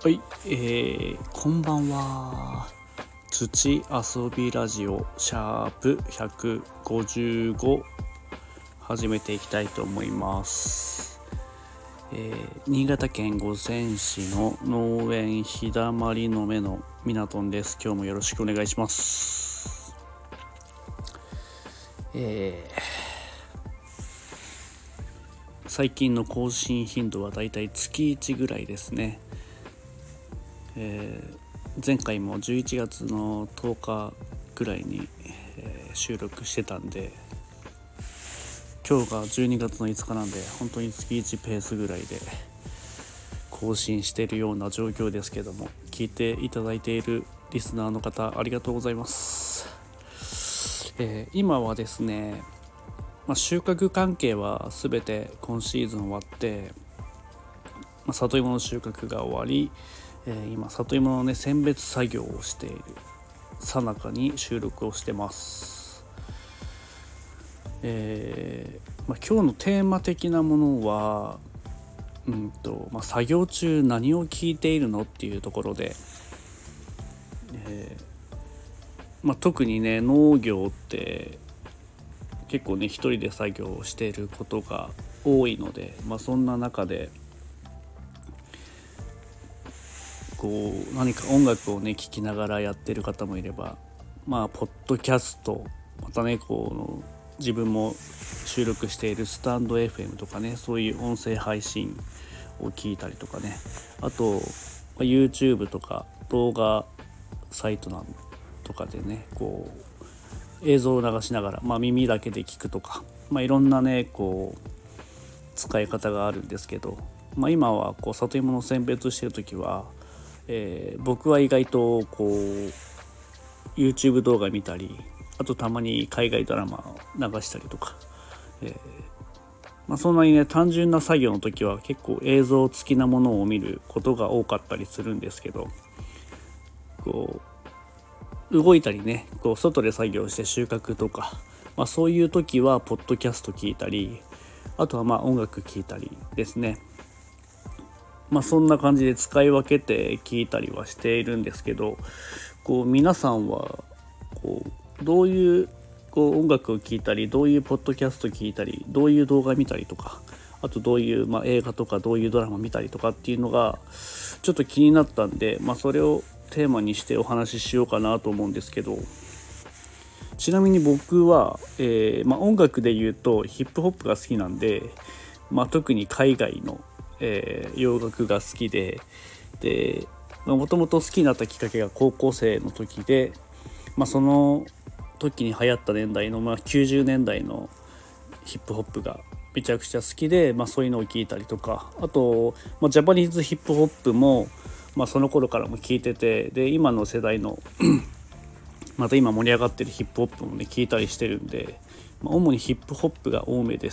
はい、こんばんは。土遊びラジオシャープ155始めていきたいと思います。新潟県五泉市の農園日だまりの目のみなとんです。今日もよろしくお願いします。最近の更新頻度はだいたい月1ぐらいですね。前回も11月の10日ぐらいに、収録してたんで、今日が12月の5日なんで本当に月1ペースぐらいで更新しているような状況ですけども、聞いていただいているリスナーの方ありがとうございます。今はですね、収穫関係は全て今シーズン終わって、里芋の収穫が終わり、今里芋の選別作業をしている最中に収録をしてます。今日のテーマ的なものは作業中何を聞いているのっていうところで、特にね農業って結構ね一人で作業をしていることが多いので、そんな中で何か音楽をね聴きながらやってる方もいれば、ポッドキャスト、またね自分も収録しているスタンド FM とかね、そういう音声配信を聞いたりとかね、あと、YouTube とか動画サイトとかでね映像を流しながら、耳だけで聞くとか、いろんなね使い方があるんですけど、今は里芋の選別してる時は、僕は意外とYouTube 動画見たり、あとたまに海外ドラマを流したりとか、そんなにね単純な作業の時は結構映像付きなものを見ることが多かったりするんですけど、動いたりね外で作業して収穫とか、そういう時はポッドキャスト聞いたり、あとは音楽聞いたりですね。そんな感じで使い分けて聞いたりはしているんですけど、皆さんはどういう音楽を聴いたり、どういうポッドキャスト聞いたり、どういう動画見たりとか、あとどういう映画とかどういうドラマ見たりとかっていうのがちょっと気になったんで、それをテーマにしてお話ししようかなと思うんですけど、ちなみに僕は、音楽で言うとヒップホップが好きなんで、特に海外の洋楽が好きで、もともと好きになったきっかけが高校生の時で、その時に流行った年代の、90年代のヒップホップがめちゃくちゃ好きで、そういうのを聞いたりとか、あと、ジャパニーズヒップホップも、その頃からも聞いてて、で今の世代のまた今盛り上がってるヒップホップもね聞いたりしてるんで、主にヒップホップが多めです。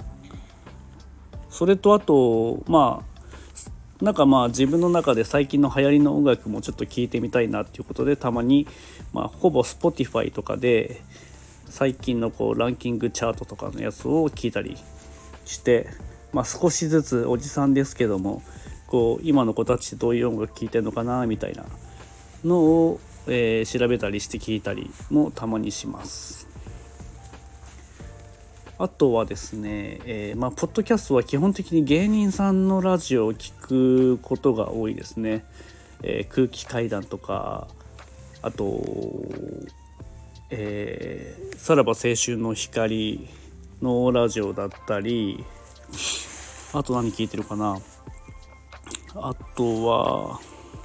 それとあと自分の中で最近の流行りの音楽もちょっと聴いてみたいなっていうことで、たまにほぼ Spotify とかで最近のランキングチャートとかのやつを聞いたりして、少しずつおじさんですけども今の子たちどういう音楽聴いてるのかなみたいなのを、調べたりして聞いたりもたまにします。あとはですね、ポッドキャストは基本的に芸人さんのラジオを聞くことが多いですね。空気階段とか、あと、さらば青春の光のラジオだったり、あと何聞いてるかな。あとは、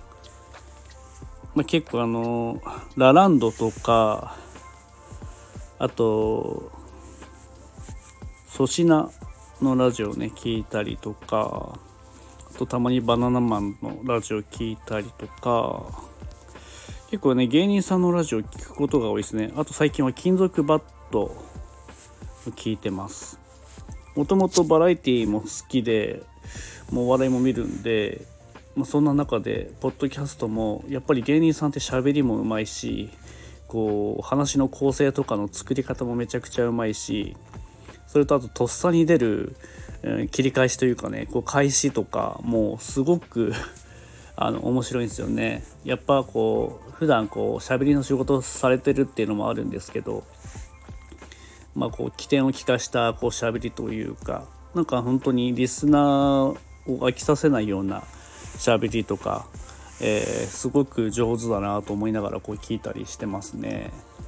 結構ラランドとか、あと粗品のラジオね聞いたりとか、あとたまにバナナマンのラジオ聞いたりとか、結構ね芸人さんのラジオ聞くことが多いですね。あと最近は金属バットを聞いてます。もともとバラエティも好きで、もう話題も見るんで、そんな中でポッドキャストもやっぱり芸人さんって喋りもうまいし、話の構成とかの作り方もめちゃくちゃうまいし、それとあととっさに出る、切り返しというかね開始とかもうすごく面白いんですよね。やっぱこう普段こう喋りの仕事をされてるっていうのもあるんですけど、こう起点を利かしたこう喋りというか、なんか本当にリスナーを飽きさせないような喋りとか、すごく上手だなと思いながらこう聞いたりしてますね。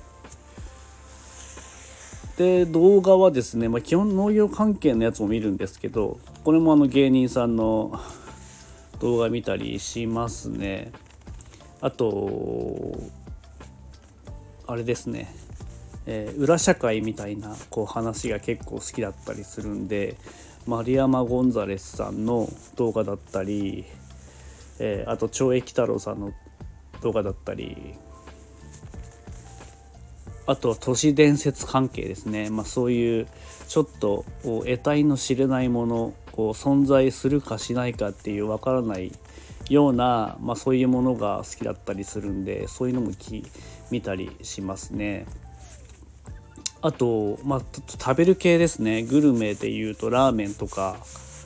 で動画はですね、基本農業関係のやつも見るんですけど、これも芸人さんの動画見たりしますね。あとあれですね、裏社会みたいなこう話が結構好きだったりするんで、丸山ゴンザレスさんの動画だったり、あと長益太郎さんの動画だったり、あと都市伝説関係ですね。そういうちょっと得体の知れないもの、こう存在するかしないかっていうわからないような、そういうものが好きだったりするんで、そういうのも見たりしますね。あと、食べる系ですね。グルメでいうとラーメンとか、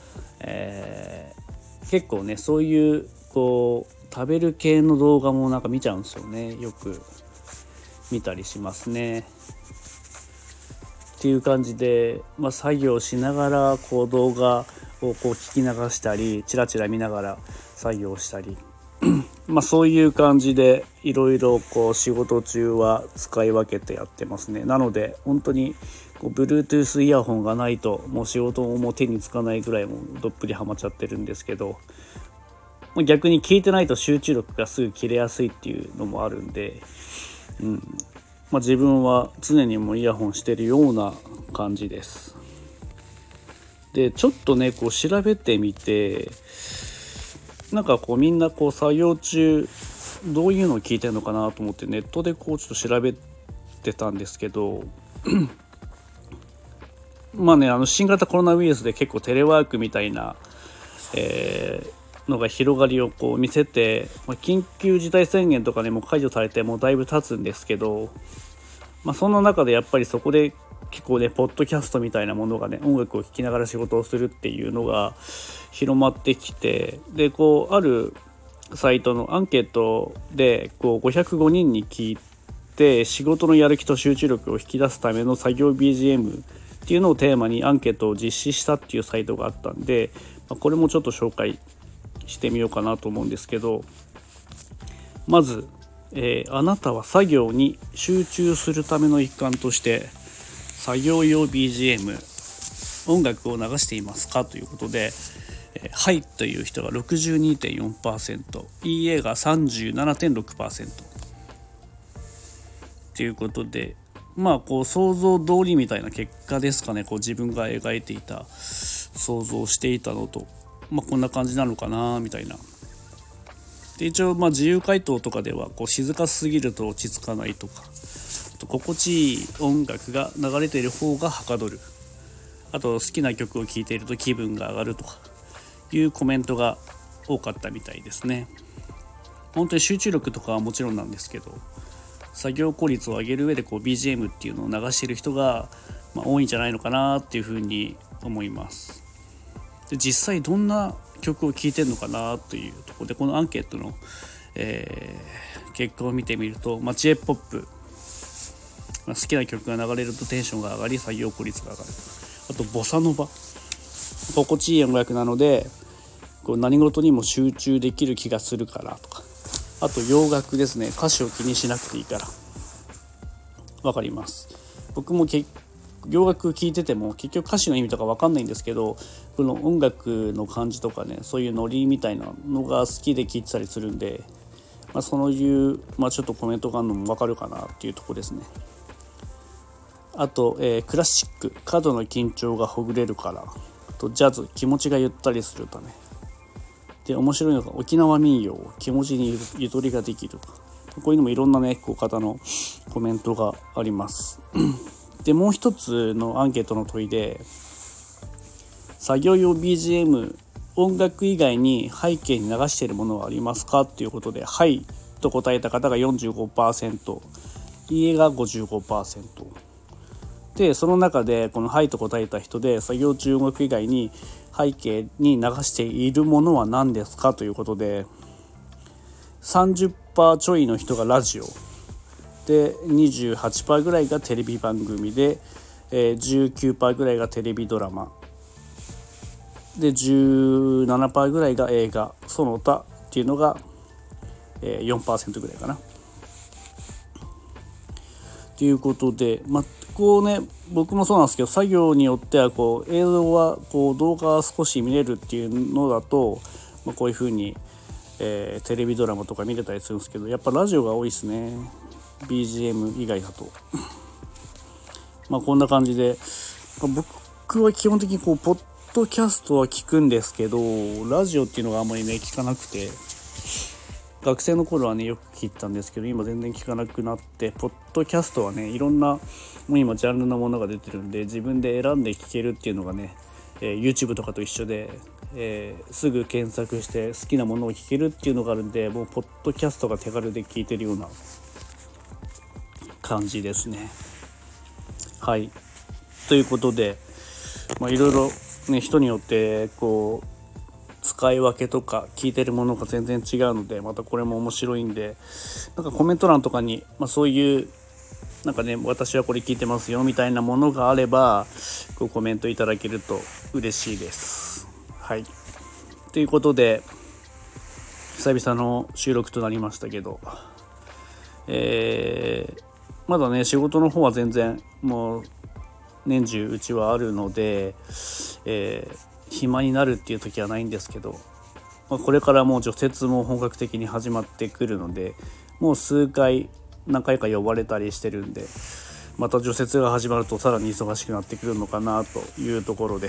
結構ねそういうこう食べる系の動画もなんか見ちゃうんですよね。よく見たりしますね。っていう感じで、作業しながらこう動画をこう聞き流したり、チラチラ見ながら作業したりそういう感じでいろいろこう仕事中は使い分けてやってますね。なので本当にこう Bluetooth イヤホンがないともう仕事も手につかないぐらいもどっぷりハマっちゃってるんですけど、逆に聞いてないと集中力がすぐ切れやすいっていうのもあるんで、自分は常にもイヤホンしてるような感じです。でちょっとねこう調べてみて、なんかこうみんなこう作業中どういうのを聞いてるのかなと思ってネットでこうちょっと調べてたんですけど新型コロナウイルスで結構テレワークみたいな、のが広がりをこう見せて、緊急事態宣言とかねもう解除されてもうだいぶ経つんですけど、そんな中でやっぱりそこで結構ねポッドキャストみたいなものがね、音楽を聴きながら仕事をするっていうのが広まってきて、でこうあるサイトのアンケートでこう505人に聞いて、仕事のやる気と集中力を引き出すための作業 BGM っていうのをテーマにアンケートを実施したっていうサイトがあったんで、これもちょっと紹介してみようかなと思うんですけど、まず、あなたは作業に集中するための一環として作業用 BGM 音楽を流していますかということで、はいという人が 62.4%、 いいえが 37.6% ということで、こう想像通りみたいな結果ですかね。こう自分が描いていた、想像していたのと、こんな感じなのかなみたいな。で一応自由回答とかではこう静かすぎると落ち着かないとか、あと心地いい音楽が流れている方がはかどる、あと好きな曲を聴いていると気分が上がるとかいうコメントが多かったみたいですね。本当に集中力とかはもちろんなんですけど、作業効率を上げる上でこう BGM っていうのを流している人が、多いんじゃないのかなっていうふうに思います。で実際どんな曲を聴いてるのかなというところで、このアンケートの、結果を見てみると、J-ポップ、好きな曲が流れるとテンションが上がり作業効率が上がる。あとボサノバ、心地いい音楽なのでこう何事にも集中できる気がするからとか、あと洋楽ですね。歌詞を気にしなくていいからわかります。僕も洋楽聴いてても結局歌詞の意味とか分かんないんですけど、この音楽の感じとかね、そういうノリみたいなのが好きで聴いてたりするんで、そういう、ちょっとコメントがあるのも分かるかなっていうところですね。あと、クラシック、過度の緊張がほぐれるから。あとジャズ、気持ちがゆったりするためで、面白いのが沖縄民謡、気持ちにゆとりができるとか、こういうのもいろんなねこう方のコメントがありますでもう一つのアンケートの問いで、作業用 BGM 音楽以外に背景に流しているものはありますかということで、はいと答えた方が 45%、 いいえが 55% で、その中でこのはいと答えた人で、作業中音楽以外に背景に流しているものは何ですかということで、 30% ちょいの人がラジオで、28% ぐらいがテレビ番組で、19% ぐらいがテレビドラマで、17% ぐらいが映画その他っていうのが、4% ぐらいかなということで、こうね、僕もそうなんですけど、作業によってはこう映像はこう動画が少し見れるっていうのだと、こういう風に、テレビドラマとか見れたりするんですけど、やっぱラジオが多いですね、 BGM 以外だと。こんな感じで、僕は基本的にこうポッドキャストは聞くんですけど、ラジオっていうのがあんまりね聞かなくて、学生の頃はねよく聞いたんですけど、今全然聞かなくなって、ポッドキャストはねいろんなもう今ジャンルのものが出てるんで、自分で選んで聞けるっていうのがね、YouTube とかと一緒で、すぐ検索して好きなものを聞けるっていうのがあるんで、もうポッドキャストが手軽で聞いてるような感じですね。はい、ということで、いろいろね人によってこう使い分けとか聞いてるものが全然違うので、またこれも面白いんで、なんかコメント欄とかに、そういうなんかね、私はこれ聞いてますよみたいなものがあればこうコメントいただけると嬉しいです。はい、ということで久々の収録となりましたけど、まだね仕事の方は全然もう年中うちはあるので、暇になるっていう時はないんですけど、これからもう除雪も本格的に始まってくるので、もう何回か呼ばれたりしてるんで、また除雪が始まるとさらに忙しくなってくるのかなというところです。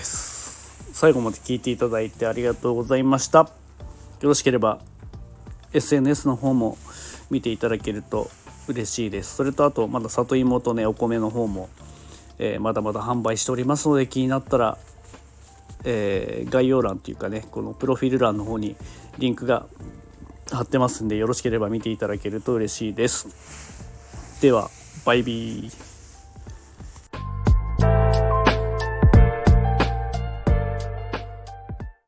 最後まで聞いていただいてありがとうございました。よろしければ SNS の方も見ていただけると嬉しいです。それとあとまだ里芋とねお米の方も、まだまだ販売しておりますので、気になったら、概要欄というかね、このプロフィール欄の方にリンクが貼ってますんで、よろしければ見ていただけると嬉しいです。ではバイビー。